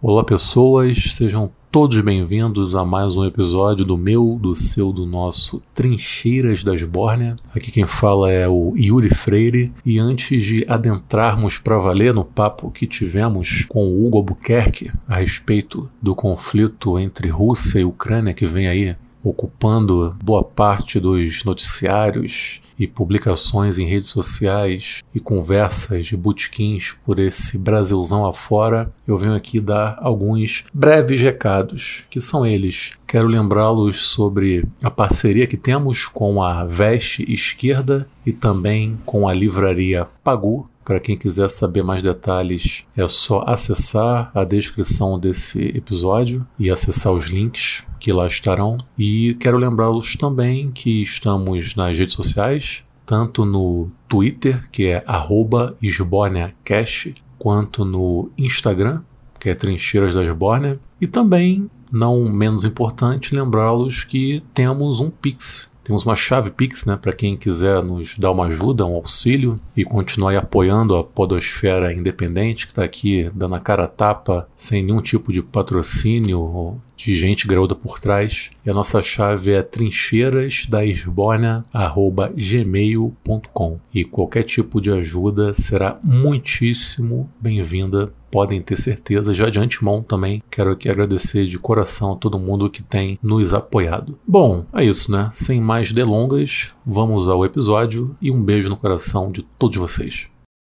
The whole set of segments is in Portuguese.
Olá pessoas, sejam todos bem-vindos a mais um episódio do meu, do seu, do nosso Trincheiras da Esbórnia. Aqui quem fala é o Yuri Freire, e antes de adentrarmos para valer no papo que tivemos com o Hugo Albuquerque a respeito do conflito entre Rússia e Ucrânia que vem aí ocupando boa parte dos noticiários e publicações em redes sociais e conversas de botequins por esse Brasilzão afora, eu venho aqui dar alguns breves recados, que são eles. Quero lembrá-los sobre a parceria que temos com a Veste Esquerda e também com a livraria Pagu. Para quem quiser saber mais detalhes, é só acessar a descrição desse episódio e acessar os links que lá estarão. E quero lembrá-los também que estamos nas redes sociais, tanto no Twitter, que é @esbórniacast, quanto no Instagram, que é Trincheiras da Esbórnia. E também, não menos importante, lembrá-los que temos um Pix. Temos uma chave Pix, né, para quem quiser nos dar uma ajuda, um auxílio e continuar apoiando a podosfera independente que está aqui dando a cara a tapa sem nenhum tipo de patrocínio ou de gente graúda por trás. E a nossa chave é trincheirasdaesbórnia@gmail.com. E qualquer tipo de ajuda será muitíssimo bem-vinda. Podem ter certeza, já de antemão também quero aqui agradecer de coração a todo mundo que tem nos apoiado. Bom, é isso, né? Sem mais delongas, vamos ao episódio e um beijo no coração de todos vocês.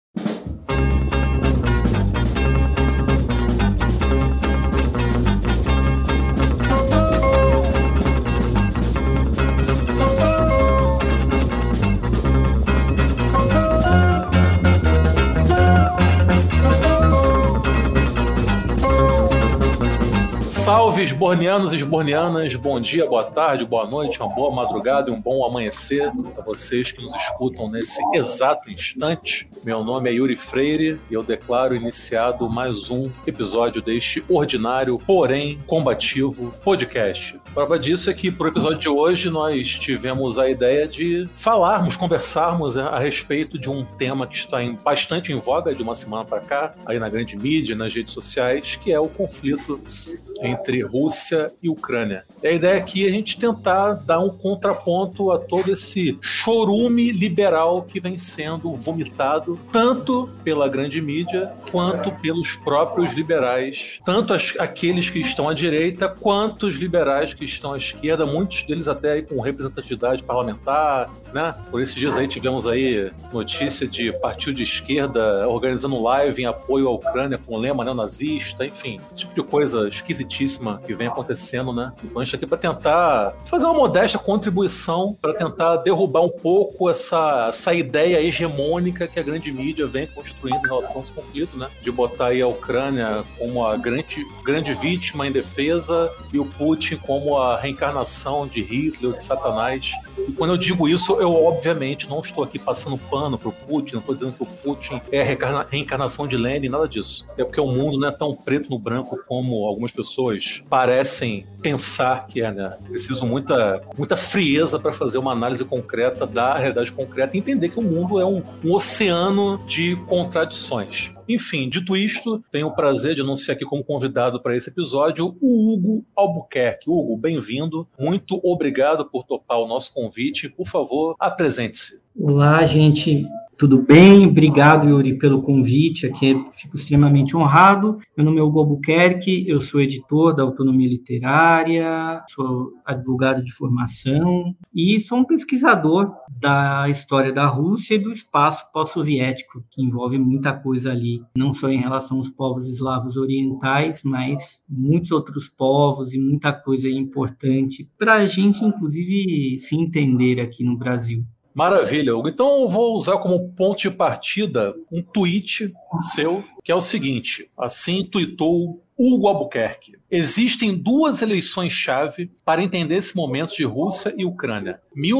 Salve esbornianos e esbornianas, bom dia, boa tarde, boa noite, uma boa madrugada e um bom amanhecer a vocês que nos escutam nesse exato instante. Meu nome é Yuri Freire e eu declaro iniciado mais um episódio deste ordinário, porém combativo podcast. Prova disso é que pro episódio de hoje nós tivemos a ideia de conversarmos a respeito de um tema que está bastante em voga de uma semana para cá, aí na grande mídia, nas redes sociais, que é o conflito entre Rússia e Ucrânia. E a ideia aqui é a gente tentar dar um contraponto a todo esse chorume liberal que vem sendo vomitado tanto pela grande mídia quanto pelos próprios liberais, tanto aqueles que estão à direita quanto os liberais que estão à esquerda, muitos deles até aí com representatividade parlamentar, né? Por esses dias aí tivemos aí notícia de partido de esquerda organizando live em apoio à Ucrânia com lema neonazista, enfim, esse tipo de coisa esquisitíssima que vem acontecendo, né? Então a gente tá aqui para tentar fazer uma modesta contribuição para tentar derrubar um pouco essa ideia hegemônica que a grande mídia vem construindo em relação a esse conflito, né? De botar aí a Ucrânia como a grande vítima indefesa e o Putin como a reencarnação de Hitler, de Satanás. E quando eu digo isso, eu obviamente não estou aqui passando pano pro Putin, não estou dizendo que o Putin é a reencarnação de Lenin, nada disso. É porque o mundo não é tão preto no branco como algumas pessoas parecem pensar que é, né? Preciso muita frieza para fazer uma análise concreta da realidade concreta e entender que o mundo é um oceano de contradições. Enfim, dito isto, tenho o prazer de anunciar aqui como convidado para esse episódio o Hugo Albuquerque. Hugo, bem-vindo. Muito obrigado por topar o nosso convite. Por favor, apresente-se. Olá, gente. Tudo bem? Obrigado, Yuri, pelo convite. Aqui fico extremamente honrado. Meu nome é Hugo Albuquerque, eu sou editor da Autonomia Literária, sou advogado de formação e sou um pesquisador da história da Rússia e do espaço pós-soviético, que envolve muita coisa ali, não só em relação aos povos eslavos orientais, mas muitos outros povos e muita coisa importante para a gente, inclusive, se entender aqui no Brasil. Maravilha, Hugo. Então eu vou usar como ponto de partida um tweet seu, que é o seguinte: assim tweetou Hugo Albuquerque. Existem duas eleições-chave para entender esse momento de Rússia e Ucrânia,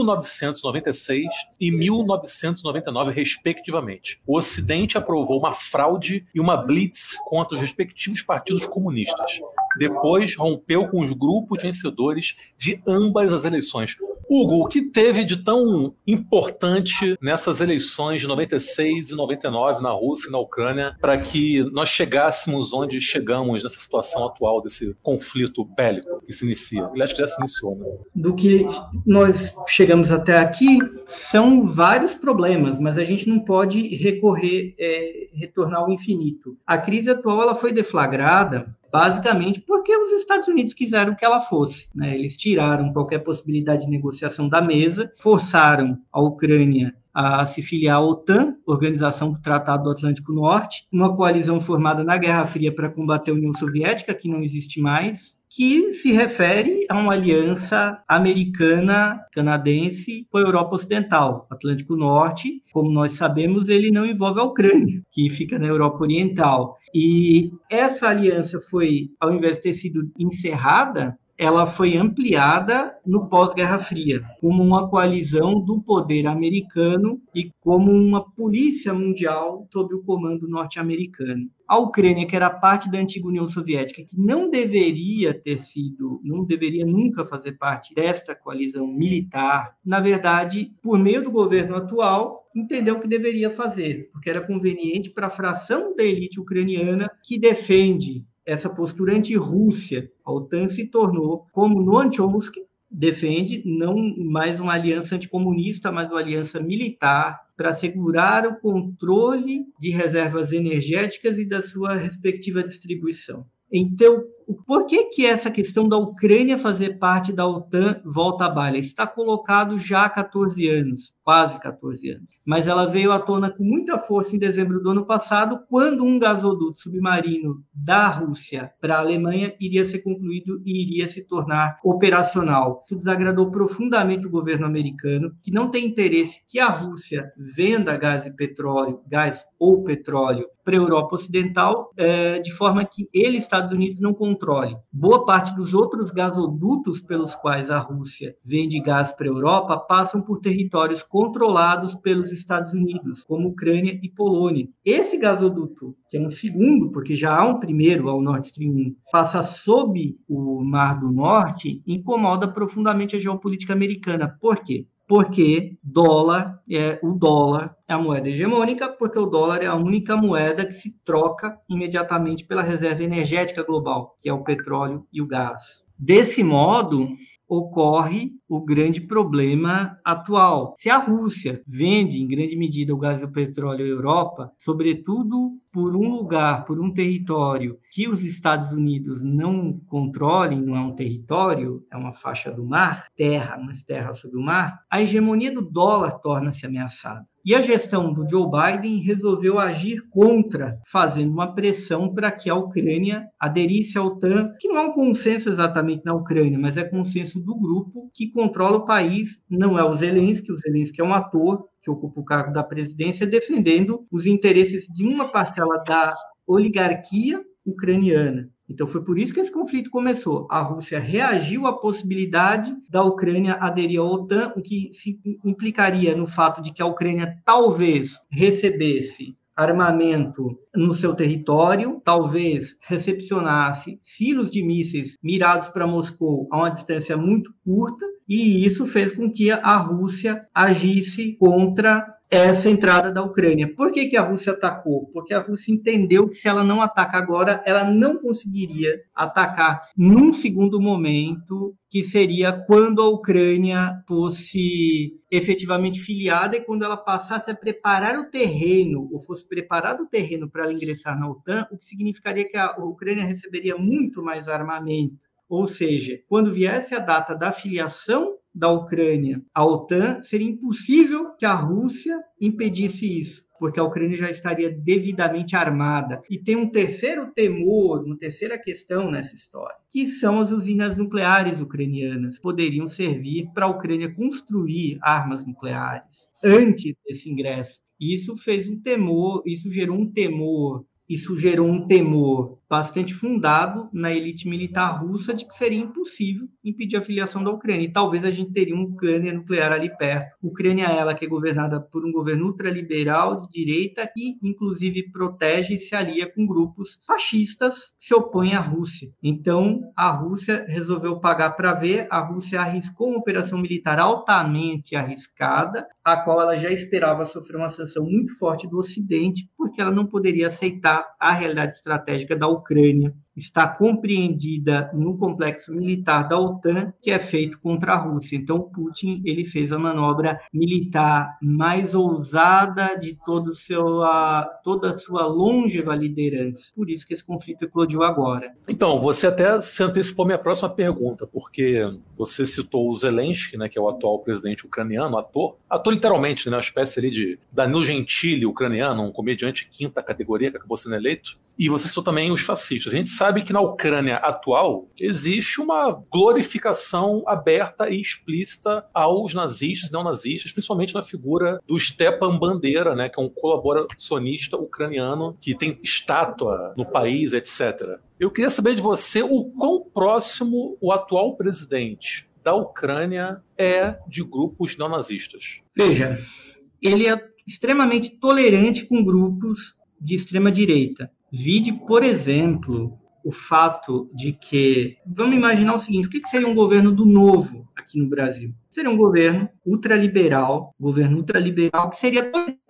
1996 e 1999, respectivamente. O Ocidente aprovou uma fraude e uma blitz contra os respectivos partidos comunistas. Depois rompeu com os grupos vencedores de ambas as eleições. Hugo, o que teve de tão importante nessas eleições de 96 e 99 na Rússia e na Ucrânia para que nós chegássemos onde chegamos nessa situação atual desse conflito bélico que se inicia? Aliás, que já se iniciou, né? Do que nós chegamos até aqui, são vários problemas, mas a gente não pode retornar ao infinito. A crise atual ela foi deflagrada basicamente porque os Estados Unidos quiseram que ela fosse, né? Eles tiraram qualquer possibilidade de negociação da mesa, forçaram a Ucrânia a se filiar à OTAN, Organização do Tratado do Atlântico Norte, uma coalizão formada na Guerra Fria para combater a União Soviética, que não existe mais, que se refere a uma aliança americana-canadense com a Europa Ocidental. O Atlântico Norte, como nós sabemos, ele não envolve a Ucrânia, que fica na Europa Oriental. E essa aliança foi, ao invés de ter sido encerrada, ela foi ampliada no pós-Guerra Fria, como uma coalizão do poder americano e como uma polícia mundial sob o comando norte-americano. A Ucrânia, que era parte da antiga União Soviética, que não deveria nunca fazer parte desta coalizão militar, na verdade, por meio do governo atual, entendeu que deveria fazer, porque era conveniente para a fração da elite ucraniana que defende essa postura anti-Rússia. A OTAN se tornou, como Noam Chomsky defende, não mais uma aliança anticomunista, mas uma aliança militar para assegurar o controle de reservas energéticas e da sua respectiva distribuição. Então, por que essa questão da Ucrânia fazer parte da OTAN volta à baila? Está colocado já há 14 anos, quase 14 anos. Mas ela veio à tona com muita força em dezembro do ano passado, quando um gasoduto submarino da Rússia para a Alemanha iria ser concluído e iria se tornar operacional. Isso desagradou profundamente o governo americano, que não tem interesse que a Rússia venda gás ou petróleo para a Europa Ocidental, de forma que ele, Estados Unidos, não controle. Boa parte dos outros gasodutos pelos quais a Rússia vende gás para a Europa passam por territórios controlados pelos Estados Unidos, como Ucrânia e Polônia. Esse gasoduto, que é um segundo, porque já há um primeiro, ao Nord Stream 1, passa sob o Mar do Norte, incomoda profundamente a geopolítica americana. Por quê? Porque o dólar é a moeda hegemônica, porque o dólar é a única moeda que se troca imediatamente pela reserva energética global, que é o petróleo e o gás. Desse modo, ocorre o grande problema atual. Se a Rússia vende em grande medida o gás e o petróleo à Europa, sobretudo por um lugar, por um território que os Estados Unidos não controlem, não é um território, é uma faixa do mar, mas terra sobre o mar, a hegemonia do dólar torna-se ameaçada. E a gestão do Joe Biden resolveu agir contra, fazendo uma pressão para que a Ucrânia aderisse à OTAN, que não é um consenso exatamente na Ucrânia, mas é consenso do grupo que controla o país, não é o Zelensky é um ator que ocupa o cargo da presidência, defendendo os interesses de uma parcela da oligarquia ucraniana. Então, foi por isso que esse conflito começou. A Rússia reagiu à possibilidade da Ucrânia aderir à OTAN, o que se implicaria no fato de que a Ucrânia talvez recebesse armamento no seu território, talvez recepcionasse silos de mísseis mirados para Moscou a uma distância muito curta, e isso fez com que a Rússia agisse contra essa entrada da Ucrânia. Por que a Rússia atacou? Porque a Rússia entendeu que se ela não ataca agora, ela não conseguiria atacar num segundo momento, que seria quando a Ucrânia fosse efetivamente filiada e quando ela passasse a preparar o terreno, ou fosse preparado o terreno para ela ingressar na OTAN, o que significaria que a Ucrânia receberia muito mais armamento. Ou seja, quando viesse a data da filiação da Ucrânia à OTAN, seria impossível que a Rússia impedisse isso, porque a Ucrânia já estaria devidamente armada. E tem um terceiro temor, uma terceira questão nessa história, que são as usinas nucleares ucranianas, que poderiam servir para a Ucrânia construir armas nucleares antes desse ingresso. E isso gerou um temor bastante fundado na elite militar russa de que seria impossível impedir a filiação da Ucrânia. E talvez a gente teria uma Ucrânia nuclear ali perto. Ucrânia é ela que é governada por um governo ultraliberal de direita que, inclusive, protege e se alia com grupos fascistas que se opõem à Rússia. Então, a Rússia resolveu pagar para ver. A Rússia arriscou uma operação militar altamente arriscada, a qual ela já esperava sofrer uma sanção muito forte do Ocidente, porque ela não poderia aceitar a realidade estratégica da Ucrânia. Está compreendida no complexo militar da OTAN, que é feito contra a Rússia. Então, Putin ele fez a manobra militar mais ousada de toda a sua longeva liderança. Por isso que esse conflito eclodiu agora. Então, você até se antecipou minha próxima pergunta, porque você citou o Zelensky, né, que é o atual presidente ucraniano, ator literalmente, né, uma espécie ali de Danilo Gentili ucraniano, um comediante quinta categoria que acabou sendo eleito, e você citou também os fascistas. A gente sabe que na Ucrânia atual existe uma glorificação aberta e explícita aos nazistas e neonazistas, principalmente na figura do Stepan Bandera, né, que é um colaboracionista ucraniano que tem estátua no país, etc. Eu queria saber de você o quão próximo o atual presidente da Ucrânia é de grupos neonazistas. Veja, ele é extremamente tolerante com grupos de extrema-direita. Vide, por exemplo, o fato de que... Vamos imaginar o seguinte, o que seria um governo do Novo aqui no Brasil? Seria um governo ultraliberal que seria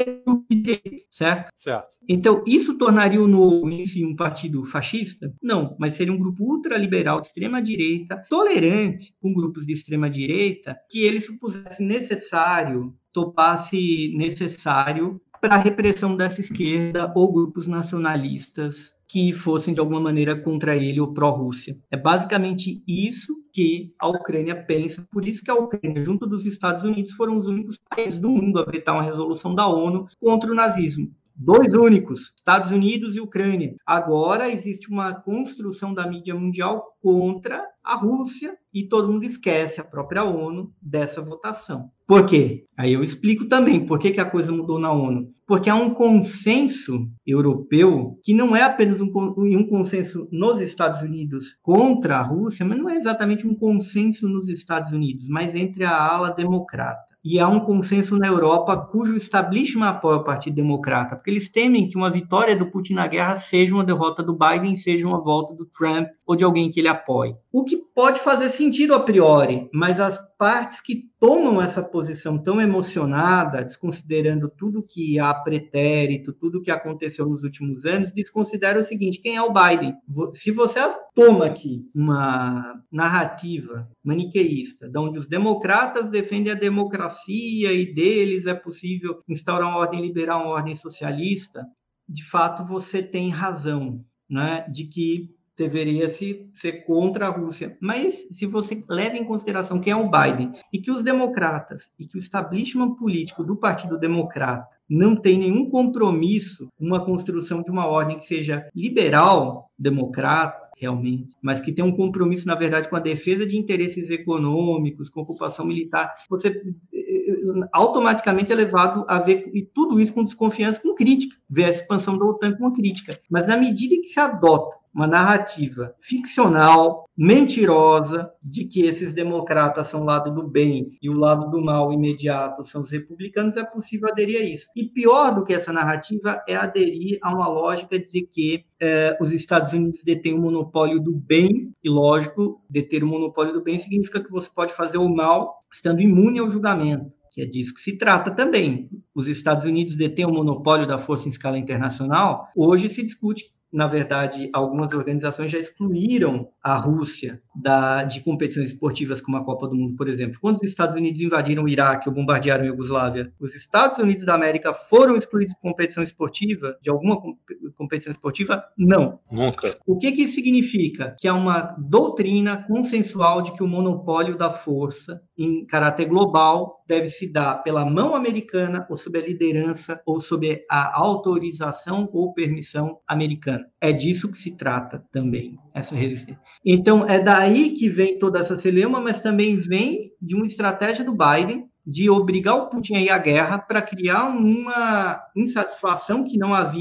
certo? Certo. Então, isso tornaria o Novo em si um partido fascista? Não, mas seria um grupo ultraliberal de extrema-direita, tolerante com grupos de extrema-direita, que ele supusesse necessário, topasse necessário para a repressão dessa esquerda ou grupos nacionalistas que fossem de alguma maneira contra ele ou pró-Rússia. É basicamente isso que a Ucrânia pensa. Por isso que a Ucrânia, junto dos Estados Unidos, foram os únicos países do mundo a vetar uma resolução da ONU contra o nazismo. 2 únicos, Estados Unidos e Ucrânia. Agora existe uma construção da mídia mundial contra a Rússia e todo mundo esquece a própria ONU dessa votação. Por quê? Aí eu explico também por que a coisa mudou na ONU. Porque há um consenso europeu que não é apenas um consenso nos Estados Unidos contra a Rússia, mas não é exatamente um consenso nos Estados Unidos, mas entre a ala democrata. E há um consenso na Europa cujo establishment apoia o Partido Democrata, porque eles temem que uma vitória do Putin na guerra seja uma derrota do Biden, seja uma volta do Trump ou de alguém que ele apoie. O que pode fazer sentido a priori, mas as partes que tomam essa posição tão emocionada, desconsiderando tudo que há pretérito, tudo que aconteceu nos últimos anos, desconsideram o seguinte: quem é o Biden? Se você toma aqui uma narrativa maniqueísta, de onde os democratas defendem a democracia e deles é possível instaurar uma ordem liberal, uma ordem socialista, de fato você tem razão, né, de que deveria ser contra a Rússia. Mas se você leva em consideração quem é o Biden e que os democratas e que o establishment político do Partido Democrata não tem nenhum compromisso com uma construção de uma ordem que seja liberal, democrata, realmente, mas que tem um compromisso, na verdade, com a defesa de interesses econômicos, com ocupação militar, você automaticamente é levado a ver e tudo isso com desconfiança, com crítica, ver a expansão da OTAN com crítica. Mas na medida em que se adota uma narrativa ficcional, mentirosa, de que esses democratas são o lado do bem e o lado do mal imediato são os republicanos, é possível aderir a isso. E pior do que essa narrativa é aderir a uma lógica de que os Estados Unidos detêm o monopólio do bem, e lógico, deter o monopólio do bem significa que você pode fazer o mal estando imune ao julgamento, que é disso que se trata também. Os Estados Unidos detêm o monopólio da força em escala internacional. Hoje se discute, na verdade, algumas organizações já excluíram a Rússia de competições esportivas como a Copa do Mundo, por exemplo. Quando os Estados Unidos invadiram o Iraque ou bombardearam a Iugoslávia, os Estados Unidos da América foram excluídos de competição esportiva, de alguma competição esportiva? Não. Nunca. O que isso significa? Que há uma doutrina consensual de que o monopólio da força em caráter global deve se dar pela mão americana ou sob a liderança ou sob a autorização ou permissão americana. É disso que se trata também, essa resistência. Então, é daí que vem toda essa celeuma, mas também vem de uma estratégia do Biden de obrigar o Putin a ir à guerra para criar uma insatisfação que não havia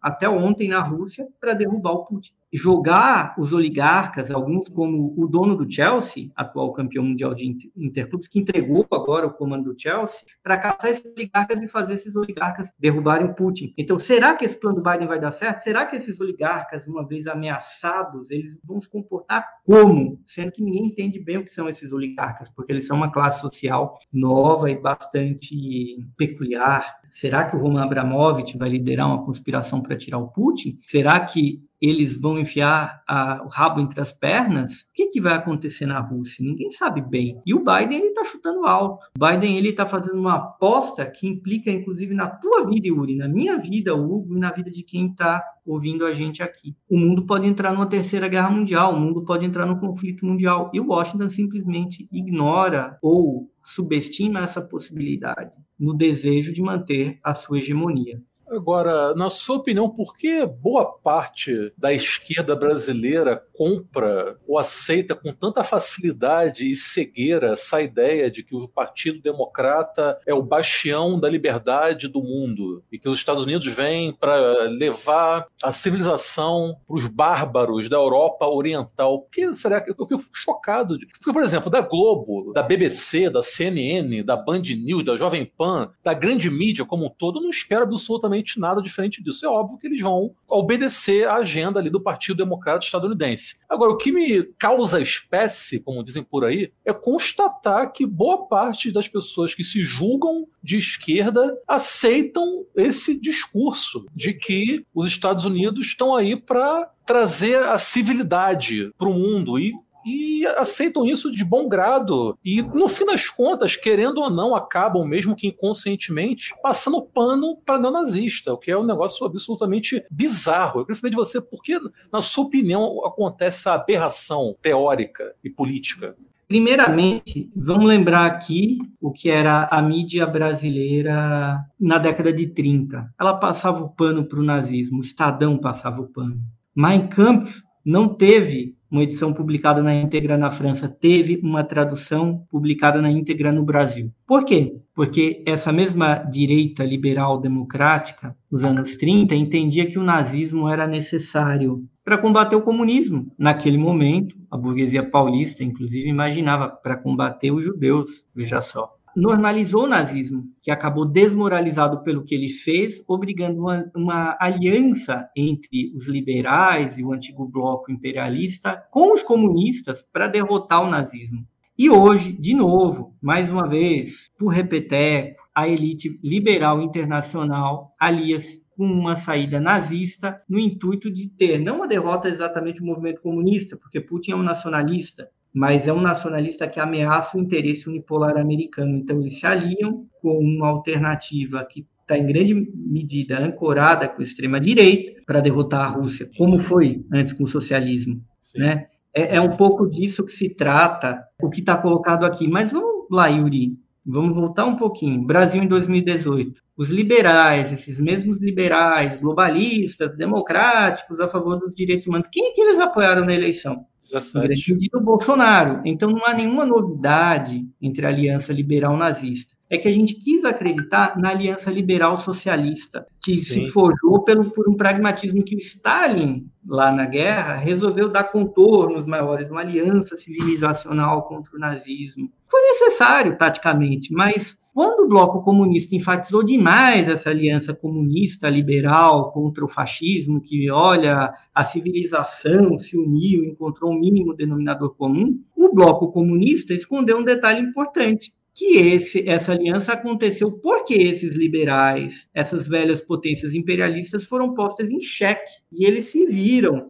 até ontem na Rússia, para derrubar o Putin. Jogar os oligarcas, alguns como o dono do Chelsea, atual campeão mundial de interclubes, que entregou agora o comando do Chelsea, para caçar esses oligarcas e fazer esses oligarcas derrubarem o Putin. Então, será que esse plano do Biden vai dar certo? Será que esses oligarcas, uma vez ameaçados, eles vão se comportar como? Sendo que ninguém entende bem o que são esses oligarcas, porque eles são uma classe social nova e bastante peculiar. Será que o Roman Abramovich vai liderar uma conspiração para tirar o Putin? Será que eles vão enfiar o rabo entre as pernas? O que vai acontecer na Rússia? Ninguém sabe bem. E o Biden, ele está chutando alto. O Biden, ele está fazendo uma aposta que implica, inclusive, na tua vida, Yuri, na minha vida, Hugo, e na vida de quem está ouvindo a gente aqui. O mundo pode entrar numa terceira guerra mundial, o mundo pode entrar num conflito mundial. E o Washington simplesmente ignora ou subestima essa possibilidade no desejo de manter a sua hegemonia. Agora, na sua opinião, por que boa parte da esquerda brasileira compra ou aceita com tanta facilidade e cegueira essa ideia de que o Partido Democrata é o bastião da liberdade do mundo e que os Estados Unidos vêm para levar a civilização para os bárbaros da Europa Oriental? Por que será que eu fico chocado? Porque, por exemplo, da Globo, da BBC, da CNN, da Band News, da Jovem Pan, da grande mídia como um todo, eu não espero absolutamente nada diferente disso. É óbvio que eles vão obedecer à agenda ali do Partido Democrata estadunidense. Agora, o que me causa espécie, como dizem por aí, é constatar que boa parte das pessoas que se julgam de esquerda aceitam esse discurso de que os Estados Unidos estão aí para trazer a civilidade para o mundo e aceitam isso de bom grado. E, no fim das contas, querendo ou não, acabam, mesmo que inconscientemente, passando pano para neonazista, o que é um negócio absolutamente bizarro. Eu queria saber de você por que, na sua opinião, acontece essa aberração teórica e política. Primeiramente, vamos lembrar aqui o que era a mídia brasileira na década de 30. Ela passava o pano para o nazismo, o Estadão passava o pano. Mein Kampf não teve uma edição publicada na íntegra na França, teve uma tradução publicada na íntegra no Brasil. Por quê? Porque essa mesma direita liberal democrática, nos anos 30, entendia que o nazismo era necessário para combater o comunismo. Naquele momento, a burguesia paulista, inclusive, imaginava para combater os judeus, veja só. Normalizou o nazismo, que acabou desmoralizado pelo que ele fez, obrigando uma aliança entre os liberais e o antigo bloco imperialista com os comunistas para derrotar o nazismo. E hoje, de novo, mais uma vez, por repeteco, a elite liberal internacional alia-se com uma saída nazista no intuito de ter, não uma derrota exatamente do movimento comunista, porque Putin é um nacionalista, mas é um nacionalista que ameaça o interesse unipolar americano. Então, eles se aliam com uma alternativa que está, em grande medida, ancorada com a extrema-direita para derrotar a Rússia, como foi antes com o socialismo. Né? É um pouco disso que se trata, o que está colocado aqui. Mas vamos lá, Yuri, vamos voltar um pouquinho. Brasil em 2018. Os liberais, esses mesmos liberais, globalistas, democráticos, a favor dos direitos humanos, quem é que eles apoiaram na eleição? Em grande medida, o Bolsonaro. Então, não há nenhuma novidade entre a aliança liberal-nazista. É que a gente quis acreditar na aliança liberal-socialista, que se forjou por um pragmatismo que o Stalin, lá na guerra, resolveu dar contornos maiores, uma aliança civilizacional contra o nazismo. Foi necessário, taticamente, mas quando o bloco comunista enfatizou demais essa aliança comunista liberal contra o fascismo, que, olha, a civilização se uniu, encontrou um mínimo denominador comum, o bloco comunista escondeu um detalhe importante, que essa aliança aconteceu porque esses liberais, essas velhas potências imperialistas foram postas em xeque e eles se viram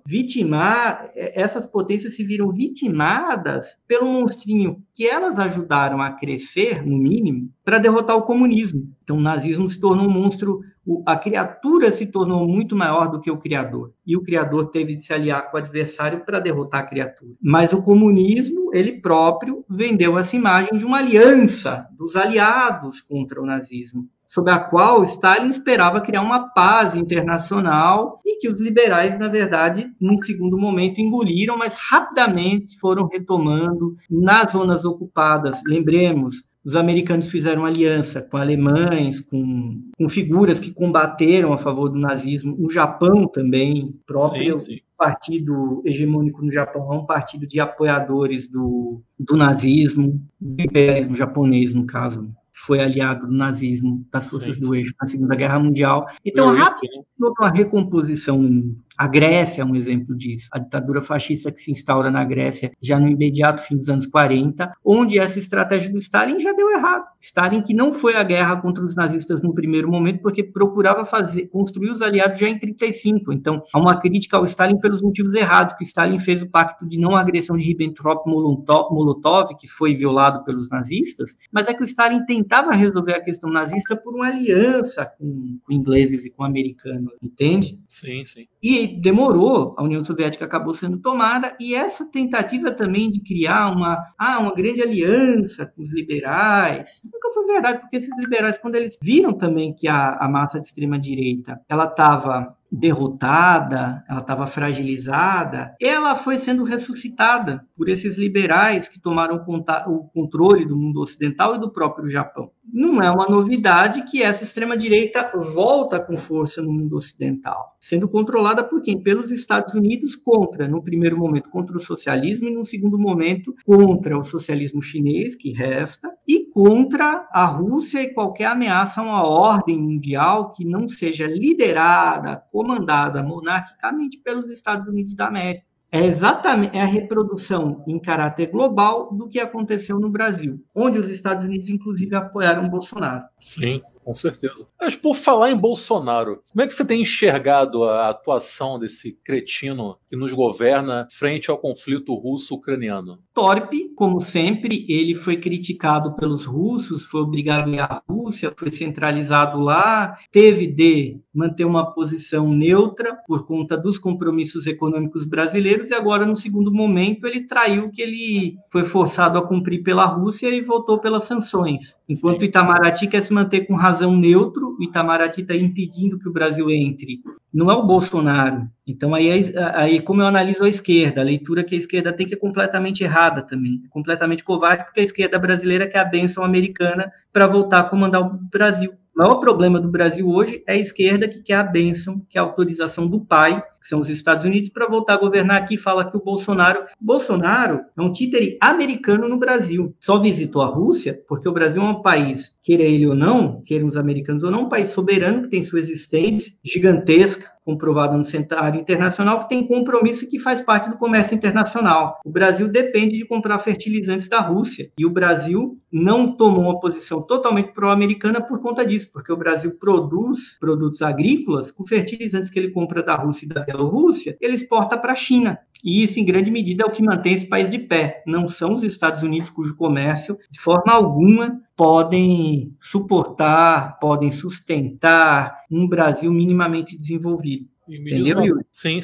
essas potências se viram vitimadas pelo monstrinho que elas ajudaram a crescer, no mínimo, para derrotar o comunismo. Então o nazismo se tornou um monstro, a criatura se tornou muito maior do que o criador. E o criador teve de se aliar com o adversário para derrotar a criatura. Mas o comunismo, ele próprio, vendeu essa imagem de uma aliança dos aliados contra o nazismo, sob a qual Stalin esperava criar uma paz internacional e que os liberais, na verdade, num segundo momento engoliram, mas rapidamente foram retomando nas zonas ocupadas. Lembremos, Os americanos fizeram aliança com alemães, com figuras que combateram a favor do nazismo. O Japão também, próprio partido hegemônico no Japão, é um partido de apoiadores do nazismo, do imperialismo japonês, no caso. Foi aliado do nazismo, das forças do eixo na Segunda Guerra Mundial. Então, rapidamente houve uma recomposição no mundo. A Grécia é um exemplo disso. A ditadura fascista que se instaura na Grécia já no imediato fim dos anos 40, onde essa estratégia do Stalin já deu errado. Stalin que não foi à guerra contra os nazistas no primeiro momento, porque procurava construir os aliados já em 35. Então, há uma crítica ao Stalin pelos motivos errados, que o Stalin fez o pacto de não agressão de Ribbentrop-Molotov, que foi violado pelos nazistas, mas é que o Stalin tentava resolver a questão nazista por uma aliança com ingleses e com americanos, entende? Sim, sim. E demorou, a União Soviética acabou sendo tomada, e essa tentativa também de criar uma grande aliança com os liberais, nunca foi verdade, porque esses liberais, quando eles viram também que a massa de extrema-direita, ela estava derrotada, ela estava fragilizada, ela foi sendo ressuscitada por esses liberais que tomaram o controle do mundo ocidental e do próprio Japão. Não é uma novidade que essa extrema-direita volta com força no mundo ocidental, sendo controlada por quem? Pelos Estados Unidos no primeiro momento, contra o socialismo, e no segundo momento, contra o socialismo chinês, que resta, e contra a Rússia e qualquer ameaça a uma ordem mundial que não seja liderada, comandada monarquicamente pelos Estados Unidos da América. É exatamente a reprodução em caráter global do que aconteceu no Brasil, onde os Estados Unidos, inclusive, apoiaram Bolsonaro. Sim, com certeza. Mas por falar em Bolsonaro, como é que você tem enxergado a atuação desse cretino que nos governa frente ao conflito russo-ucraniano? Torpe, como sempre, ele foi criticado pelos russos, foi obrigado a ir à Rússia, foi centralizado lá, teve de manter uma posição neutra por conta dos compromissos econômicos brasileiros, e agora, no segundo momento, ele traiu que ele foi forçado a cumprir pela Rússia e voltou pelas sanções. Enquanto o Itamaraty quer se manter com razão neutro, o Itamaraty está impedindo que o Brasil entre. Não é o Bolsonaro. Então, aí como eu analiso a esquerda, a leitura que a esquerda tem que é completamente errada também, completamente covarde, porque a esquerda brasileira quer a bênção americana para voltar a comandar o Brasil. O maior problema do Brasil hoje é a esquerda que quer a bênção, que é a autorização do pai, que são os Estados Unidos, para voltar a governar aqui. Fala que o Bolsonaro é um títere americano no Brasil. Só visitou a Rússia porque o Brasil é um país, queira ele ou não, queiram os americanos ou não, um país soberano que tem sua existência gigantesca, comprovado no cenário internacional, que tem compromisso e que faz parte do comércio internacional. O Brasil depende de comprar fertilizantes da Rússia, e o Brasil não tomou uma posição totalmente pró-americana por conta disso, porque o Brasil produz produtos agrícolas com fertilizantes que ele compra da Rússia e da Bielorrússia, ele exporta para a China. E isso, em grande medida, é o que mantém esse país de pé. Não são os Estados Unidos, cujo comércio, de forma alguma, podem suportar, podem sustentar um Brasil minimamente desenvolvido. Entendeu, Yuri? Sim.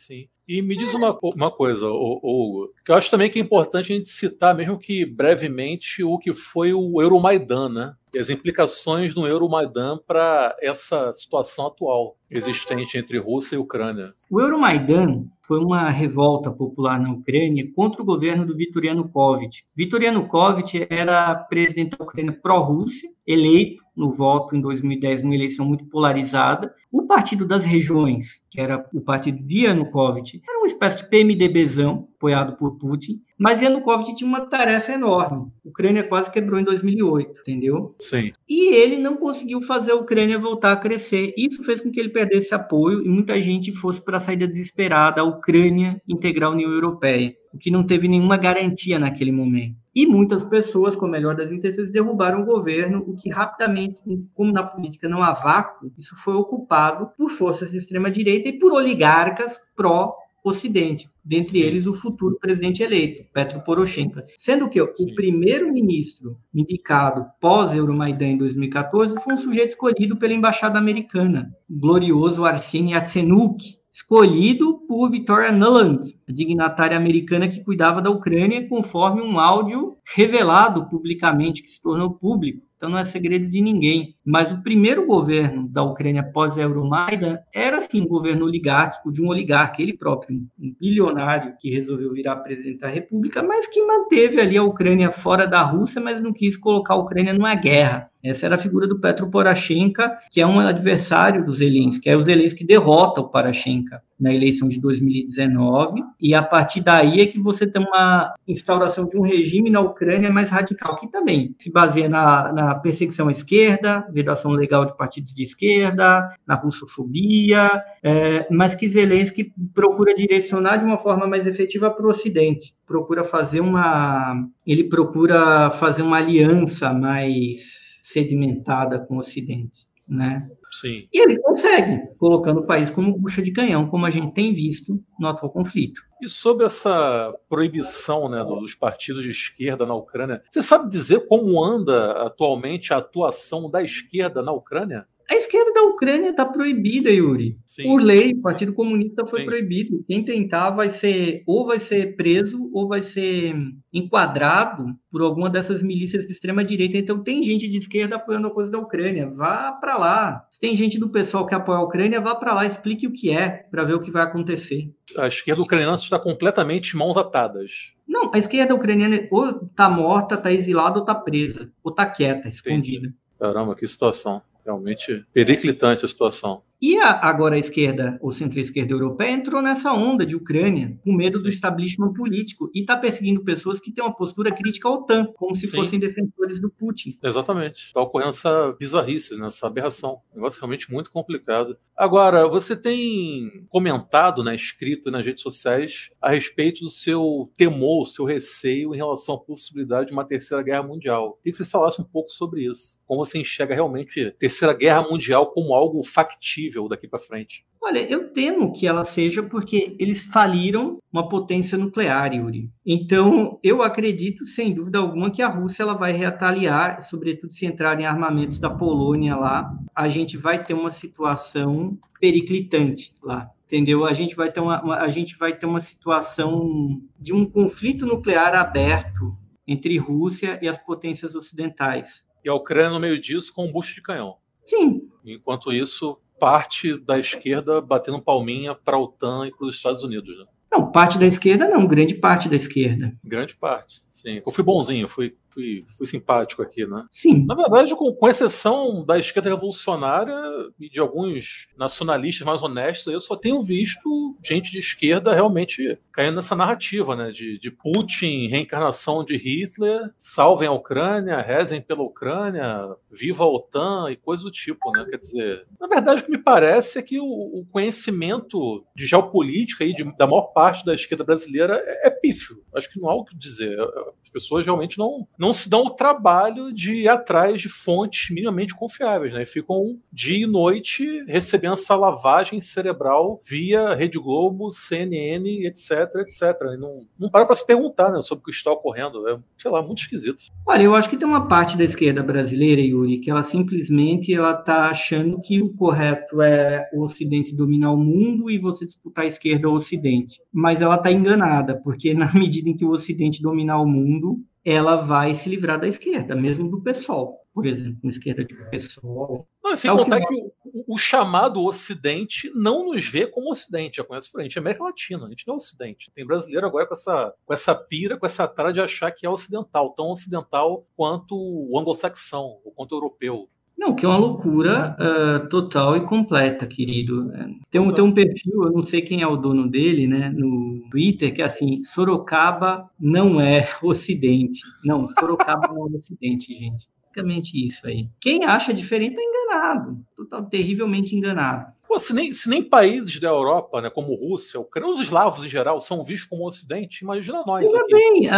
E me diz uma coisa, Hugo, que eu acho também que é importante a gente citar, mesmo que brevemente, o que foi o Euromaidan, né? E as implicações do Euromaidan para essa situação atual existente entre Rússia e Ucrânia. O Euromaidan foi uma revolta popular na Ucrânia contra o governo do Viktor Yanukovych. Viktor Yanukovych era presidente da Ucrânia pró-Rússia, eleito no voto em 2010, numa eleição muito polarizada. O Partido das Regiões, que era o partido de Yanukovych, era uma espécie de PMDBzão, apoiado por Putin, mas Yanukovych tinha uma tarefa enorme. A Ucrânia quase quebrou em 2008, entendeu? Sim. E ele não conseguiu fazer a Ucrânia voltar a crescer. Isso fez com que ele perdesse apoio e muita gente fosse para a saída desesperada, a Ucrânia integrar a União Europeia, o que não teve nenhuma garantia naquele momento. E muitas pessoas, com a melhor das intenções, derrubaram o governo, o que rapidamente, como na política não há vácuo, isso foi ocupado por forças de extrema-direita e por oligarcas pró-Ocidente, dentre eles o futuro presidente eleito, Petro Poroshenko. Sendo que o primeiro-ministro indicado pós-Euromaidan em 2014 foi um sujeito escolhido pela Embaixada Americana, o glorioso Arseniy Yatsenyuk, escolhido por Victoria Nuland, a dignatária americana que cuidava da Ucrânia, conforme um áudio revelado publicamente, que se tornou público, então não é segredo de ninguém. Mas o primeiro governo da Ucrânia pós-Euromaidan era, sim, um governo oligárquico, de um oligarca, ele próprio, um bilionário que resolveu virar presidente da República, mas que manteve ali a Ucrânia fora da Rússia, mas não quis colocar a Ucrânia numa guerra. Essa era a figura do Petro Poroshenko, que é um adversário do Zelensky, é o Zelensky que derrota o Poroshenko na eleição de 2019, e a partir daí é que você tem uma instauração de um regime na Ucrânia mais radical, que também se baseia na perseguição à esquerda, vedação legal de partidos de esquerda, na russofobia, mas que Zelensky procura direcionar de uma forma mais efetiva para o Ocidente, procura fazer uma aliança mais sedimentada com o Ocidente, né? Sim. E ele consegue, colocando o país como bucha de canhão, como a gente tem visto no atual conflito. E sobre essa proibição, né, dos partidos de esquerda na Ucrânia, você sabe dizer como anda atualmente a atuação da esquerda na Ucrânia? A esquerda da Ucrânia está proibida, Yuri. Sim. Por lei, o Partido Comunista foi Sim. proibido. Quem tentar vai ser preso ou vai ser enquadrado por alguma dessas milícias de extrema-direita. Então, tem gente de esquerda apoiando a coisa da Ucrânia. Vá para lá. Se tem gente do pessoal que apoia a Ucrânia, vá para lá, explique o que é, para ver o que vai acontecer. A esquerda ucraniana está completamente mãos atadas. Não, a esquerda ucraniana ou está morta, está exilada, ou está presa, ou está quieta, escondida. Caramba, que situação. Realmente periclitante a situação. E agora a esquerda, ou centro-esquerda europeia, entrou nessa onda de Ucrânia, com medo do establishment político, e está perseguindo pessoas que têm uma postura crítica à OTAN, como se fossem defensores do Putin. Exatamente. Está ocorrendo essa bizarrice, né? Essa aberração. Um negócio realmente muito complicado. Agora, você tem comentado, né, escrito nas redes sociais, a respeito do seu temor, o seu receio em relação à possibilidade de uma terceira guerra mundial. Queria que você falasse um pouco sobre isso. Como você enxerga realmente a terceira guerra mundial como algo factível daqui para frente? Olha, eu temo que ela seja porque eles faliram uma potência nuclear, Yuri. Então, eu acredito, sem dúvida alguma, que a Rússia ela vai retaliar, sobretudo se entrar em armamentos da Polônia lá, a gente vai ter uma situação periclitante lá. Entendeu? A gente vai ter uma situação de um conflito nuclear aberto entre Rússia e as potências ocidentais. E a Ucrânia no meio disso com um bucho de canhão. Sim. Enquanto isso, parte da esquerda batendo palminha para a OTAN e para os Estados Unidos, né? Não, parte da esquerda não, grande parte da esquerda. Grande parte, sim. Eu fui bonzinho, fui simpático aqui, né? Sim. Na verdade, com exceção da esquerda revolucionária e de alguns nacionalistas mais honestos, eu só tenho visto gente de esquerda realmente caindo nessa narrativa, né? De Putin, reencarnação de Hitler, salvem a Ucrânia, rezem pela Ucrânia, viva a OTAN e coisa do tipo, né? Quer dizer, na verdade, o que me parece é que o conhecimento de geopolítica aí, da maior parte da esquerda brasileira é pífio. Acho que não há o que dizer. As pessoas realmente não se dão o trabalho de ir atrás de fontes minimamente confiáveis, né? E ficam dia e noite recebendo essa lavagem cerebral via Rede Globo, CNN, etc, etc. E não para se perguntar, né, sobre o que está ocorrendo. É, sei lá, muito esquisito. Olha, eu acho que tem uma parte da esquerda brasileira, Yuri, que ela simplesmente está achando que o correto é o Ocidente dominar o mundo e você disputar a esquerda ou o Ocidente. Mas ela está enganada, porque na medida em que o Ocidente dominar o mundo, ela vai se livrar da esquerda, mesmo do PSOL, por exemplo, uma esquerda de PSOL. Não, sem contar que o chamado Ocidente não nos vê como Ocidente, já conhece a gente é América Latina, a gente não é Ocidente. Tem brasileiro agora com essa pira, com essa tara de achar que é ocidental, tão ocidental quanto o anglo-saxão, ou quanto o europeu. Não, que é uma loucura total e completa, querido. Tem um perfil, eu não sei quem é o dono dele, né, no Twitter, que é assim, Sorocaba não é Ocidente. Não, Sorocaba não é Ocidente, gente. Basicamente isso aí. Quem acha diferente está enganado. Terrivelmente enganado. Pô, se nem países da Europa, né, como Rússia, Ucrânia, os eslavos em geral, são vistos como Ocidente, imagina nós aqui. Bem,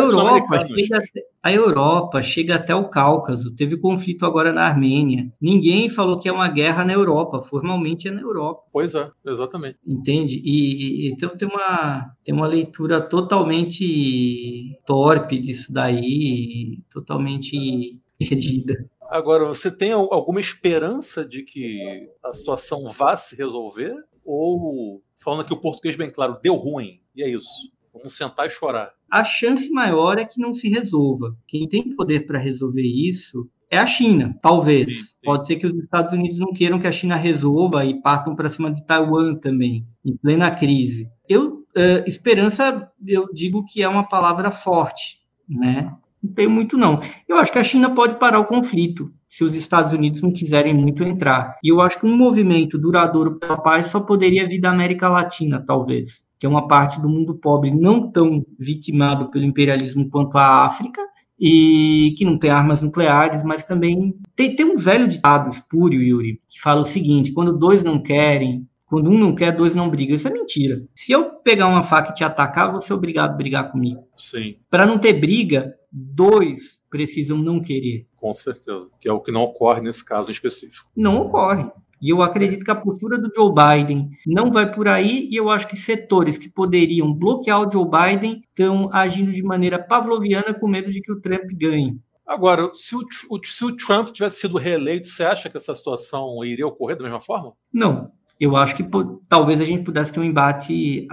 a Europa chega até o Cáucaso, teve conflito agora na Armênia. Ninguém falou que é uma guerra na Europa, formalmente é na Europa. Pois é, exatamente. Entende? Então tem uma leitura totalmente torpe disso daí, totalmente perdida. Agora, você tem alguma esperança de que a situação vá se resolver? Ou, falando aqui o português bem claro, deu ruim, e é isso? Vamos sentar e chorar. A chance maior é que não se resolva. Quem tem poder para resolver isso é a China, talvez. Sim. Pode ser que os Estados Unidos não queiram que a China resolva e partam para cima de Taiwan também, em plena crise. Esperança, eu digo que é uma palavra forte, né? Não tenho muito, não. Eu acho que a China pode parar o conflito, se os Estados Unidos não quiserem muito entrar. E eu acho que um movimento duradouro pela paz só poderia vir da América Latina, talvez, que é uma parte do mundo pobre não tão vitimado pelo imperialismo quanto a África, e que não tem armas nucleares, mas também tem um velho ditado espúrio, Yuri, que fala o seguinte: quando dois não querem, quando um não quer, dois não brigam. Isso é mentira. Se eu pegar uma faca e te atacar, você é obrigado a brigar comigo. Sim. Para não ter briga, dois precisam não querer. Com certeza. Que é o que não ocorre nesse caso em específico. Não ocorre. E eu acredito que a postura do Joe Biden não vai por aí, e eu acho que setores que poderiam bloquear o Joe Biden estão agindo de maneira pavloviana com medo de que o Trump ganhe. Agora, se o Trump tivesse sido reeleito, você acha que essa situação iria ocorrer da mesma forma? Não. Eu acho que talvez a gente pudesse ter um embate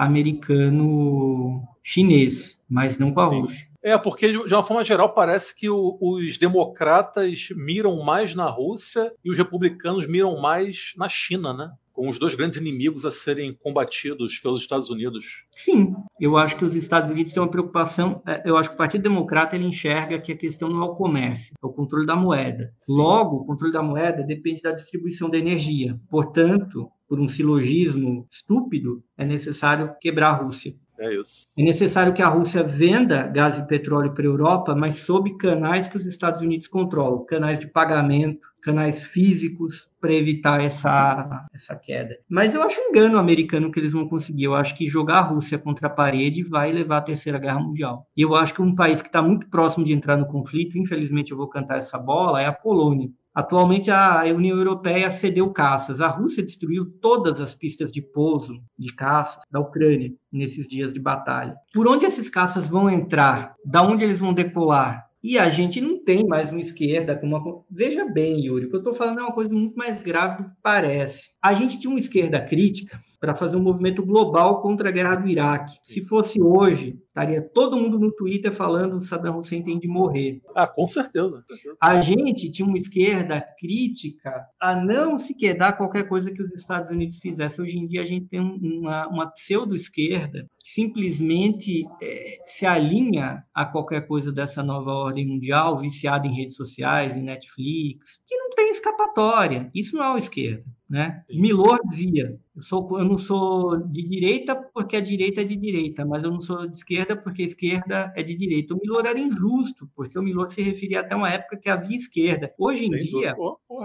americano-chinês, mas não com a Rússia. Porque de uma forma geral parece que os democratas miram mais na Rússia e os republicanos miram mais na China, né? Com os dois grandes inimigos a serem combatidos pelos Estados Unidos. Sim, eu acho que os Estados Unidos têm uma preocupação. Eu acho que o Partido Democrata ele enxerga que a questão não é o comércio, é o controle da moeda. Sim. Logo, o controle da moeda depende da distribuição da energia. Portanto, por um silogismo estúpido, é necessário quebrar a Rússia. É isso. É necessário que a Rússia venda gás e petróleo para a Europa, mas sob canais que os Estados Unidos controlam, canais de pagamento, canais físicos, para evitar essa queda. Mas eu acho um engano americano que eles vão conseguir. Eu acho que jogar a Rússia contra a parede vai levar à Terceira Guerra Mundial. E eu acho que um país que está muito próximo de entrar no conflito, infelizmente eu vou cantar essa bola, é a Polônia. Atualmente, a União Europeia cedeu caças. A Rússia destruiu todas as pistas de pouso de caças da Ucrânia nesses dias de batalha. Por onde esses caças vão entrar? Da onde eles vão decolar? E a gente não tem mais uma esquerda como uma... Veja bem, Yuri, o que eu estou falando é uma coisa muito mais grave do que parece. A gente tinha uma esquerda crítica para fazer um movimento global contra a guerra do Iraque. Se fosse hoje, estaria todo mundo no Twitter falando que Saddam Hussein tem de morrer. Com certeza. A gente tinha uma esquerda crítica a não se quedar qualquer coisa que os Estados Unidos fizessem. Hoje em dia a gente tem uma pseudo-esquerda que simplesmente se alinha a qualquer coisa dessa nova ordem mundial, viciada em redes sociais, em Netflix, que não tem escapatória. Isso não é uma esquerda. Né? Milor dizia, eu não sou de direita porque a direita é de direita, mas eu não sou de esquerda porque a esquerda é de direita. O Milor era injusto, porque o Milor se referia até uma época que havia esquerda. Hoje em dia,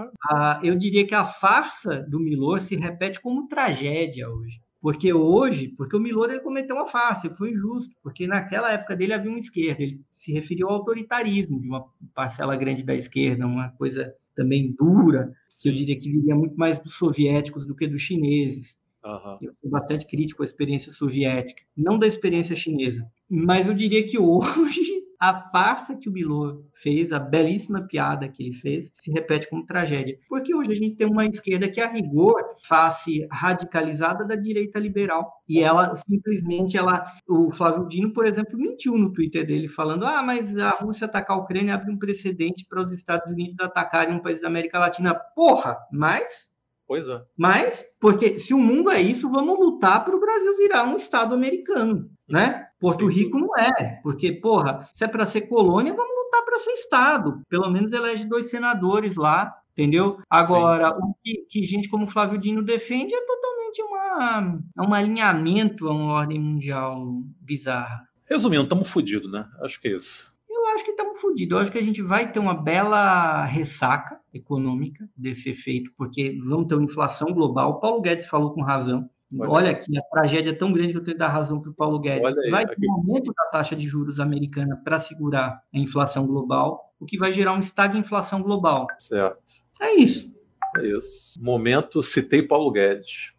eu diria que a farsa do Milor se repete como tragédia hoje. Porque o Milor ele cometeu uma farsa, ele foi injusto, porque naquela época dele havia uma esquerda, ele se referiu ao autoritarismo de uma parcela grande da esquerda, uma coisa também dura, que eu diria que viria muito mais dos soviéticos do que dos chineses. Uhum. Eu sou bastante crítico à experiência soviética, não da experiência chinesa. Mas eu diria que hoje a farsa que o Milor fez, a belíssima piada que ele fez, se repete como tragédia. Porque hoje a gente tem uma esquerda que, a rigor, face radicalizada da direita liberal. E ela, simplesmente, o Flávio Dino, por exemplo, mentiu no Twitter dele, falando mas a Rússia atacar a Ucrânia abre um precedente para os Estados Unidos atacarem um país da América Latina. Porra, mas... Pois é. Mas, porque se o mundo é isso, vamos lutar para o Brasil virar um Estado americano, né? Porto Rico não é, porque, porra, se é para ser colônia, vamos lutar para ser Estado. Pelo menos elege 2 senadores lá, entendeu? Agora, o que gente como Flávio Dino defende é totalmente um alinhamento a uma ordem mundial bizarra. Resumindo, estamos fodidos, né? Acho que é isso. Eu acho que estamos fodidos. Eu acho que a gente vai ter uma bela ressaca econômica desse efeito, porque vamos ter uma inflação global. O Paulo Guedes falou com razão. Olha aqui, a tragédia é tão grande que eu tenho que dar razão para o Paulo Guedes. Vai ter um aumento da taxa de juros americana para segurar a inflação global, o que vai gerar uma estagflação global. Certo. É isso. É isso. Momento, citei Paulo Guedes.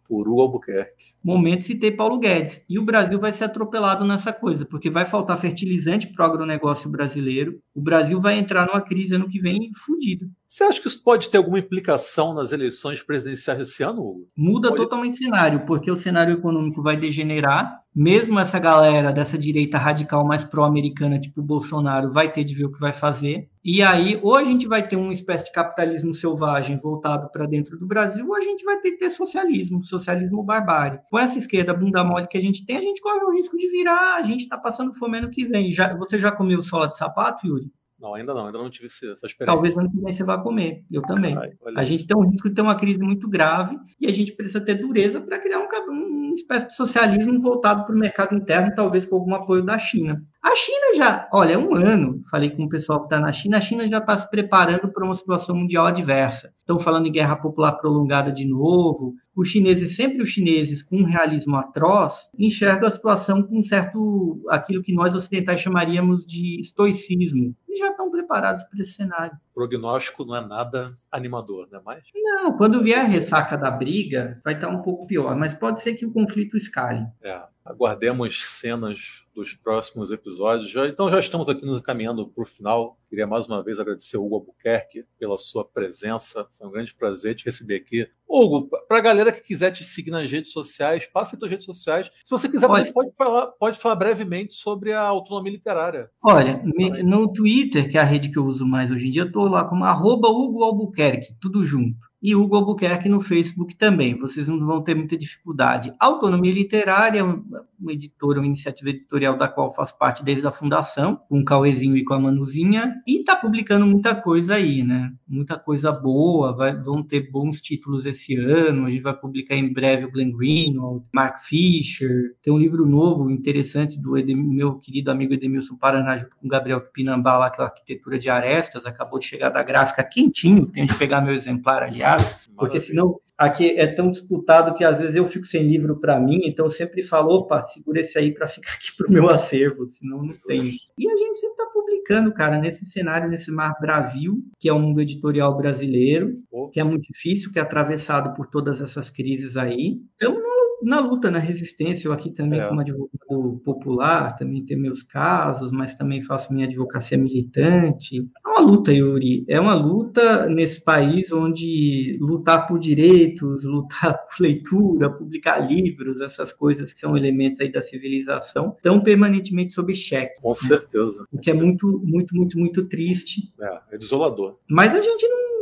por Hugo Albuquerque. Momento citei Paulo Guedes. E o Brasil vai ser atropelado nessa coisa, porque vai faltar fertilizante para o agronegócio brasileiro. O Brasil vai entrar numa crise ano que vem fudido. Você acha que isso pode ter alguma implicação nas eleições presidenciais desse ano, Hugo? Muda totalmente o cenário, porque o cenário econômico vai degenerar. Mesmo essa galera dessa direita radical mais pró-americana, tipo o Bolsonaro, vai ter de ver o que vai fazer. E aí, ou a gente vai ter uma espécie de capitalismo selvagem voltado para dentro do Brasil, ou a gente vai ter que ter socialismo barbárie. Com essa esquerda bunda mole que a gente tem, a gente corre o risco de virar, a gente está passando fome ano que vem. Você já comeu sola de sapato, Yuri? Não, ainda não tive essa experiência. Talvez ano que vem você vá comer, eu também. A gente tem um risco de ter uma crise muito grave e a gente precisa ter dureza para criar uma espécie de socialismo voltado para o mercado interno, talvez com algum apoio da China. A China já, olha, um ano, falei com o pessoal que está na China, a China já está se preparando para uma situação mundial adversa. Estão falando em guerra popular prolongada de novo. Os chineses, com um realismo atroz, enxergam a situação com certo, aquilo que nós ocidentais chamaríamos de estoicismo. E já estão preparados para esse cenário. O prognóstico não é nada animador, né? Mas... Não, quando vier a ressaca da briga, vai estar um pouco pior, mas pode ser que o conflito escale. Aguardemos cenas dos próximos episódios. Então já estamos aqui nos encaminhando para o final. Queria mais uma vez agradecer ao Hugo Albuquerque pela sua presença. Foi um grande prazer te receber aqui. Hugo, para a galera que quiser te seguir nas redes sociais, passa em suas redes sociais. Se você quiser, pode falar brevemente sobre a autonomia literária. Olha, no Twitter, que é a rede que eu uso mais hoje em dia, eu estou lá como @Hugo Albuquerque, tudo junto. E Hugo Albuquerque no Facebook também, vocês não vão ter muita dificuldade. Autonomia Literária, uma editora, uma iniciativa editorial da qual faço parte desde a fundação, com o Cauêzinho e com a Manuzinha, e está publicando muita coisa aí, né? Muita coisa boa, vão ter bons títulos esse ano, a gente vai publicar em breve o Glenn Greenwald, Mark Fisher, tem um livro novo, interessante, do meu querido amigo Edemilson Paraná, junto com o Gabriel Pinambá, lá, que é a Arquitetura de Arestas, acabou de chegar da gráfica quentinho, tenho de pegar meu exemplar, aliás, porque senão aqui é tão disputado que às vezes eu fico sem livro para mim, então eu sempre falo, opa, segura esse aí para ficar aqui pro meu acervo, senão não tem. E a gente sempre está publicando, cara, nesse cenário, nesse mar bravio, que é o mundo editorial brasileiro, que é muito difícil, que é atravessado por todas essas crises aí. Na luta, na resistência, eu aqui também como advogado popular, também tenho meus casos, mas também faço minha advocacia militante. É uma luta, Yuri, é uma luta nesse país onde lutar por direitos, lutar por leitura, publicar livros, essas coisas que são elementos aí da civilização, estão permanentemente sob xeque. Com certeza. O que é muito, muito, muito, muito triste. É desolador. Mas a gente não...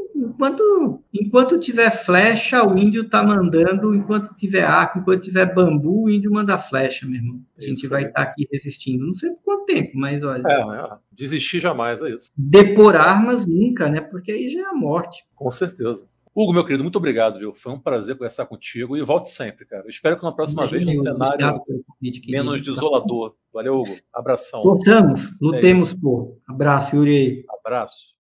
Enquanto tiver flecha, o índio tá mandando. Enquanto tiver arco, enquanto tiver bambu, o índio manda flecha, meu irmão. A gente vai estar aqui resistindo. Não sei por quanto tempo, mas olha. Desistir jamais, é isso. Depor armas nunca, né? Porque aí já é a morte. Com certeza. Hugo, meu querido, muito obrigado, viu? Foi um prazer conversar contigo e volte sempre, cara. Espero que na próxima vez num cenário menos desolador. Valeu, Hugo. Abração. Lutemos por. Abraço, Yuri. Abraço.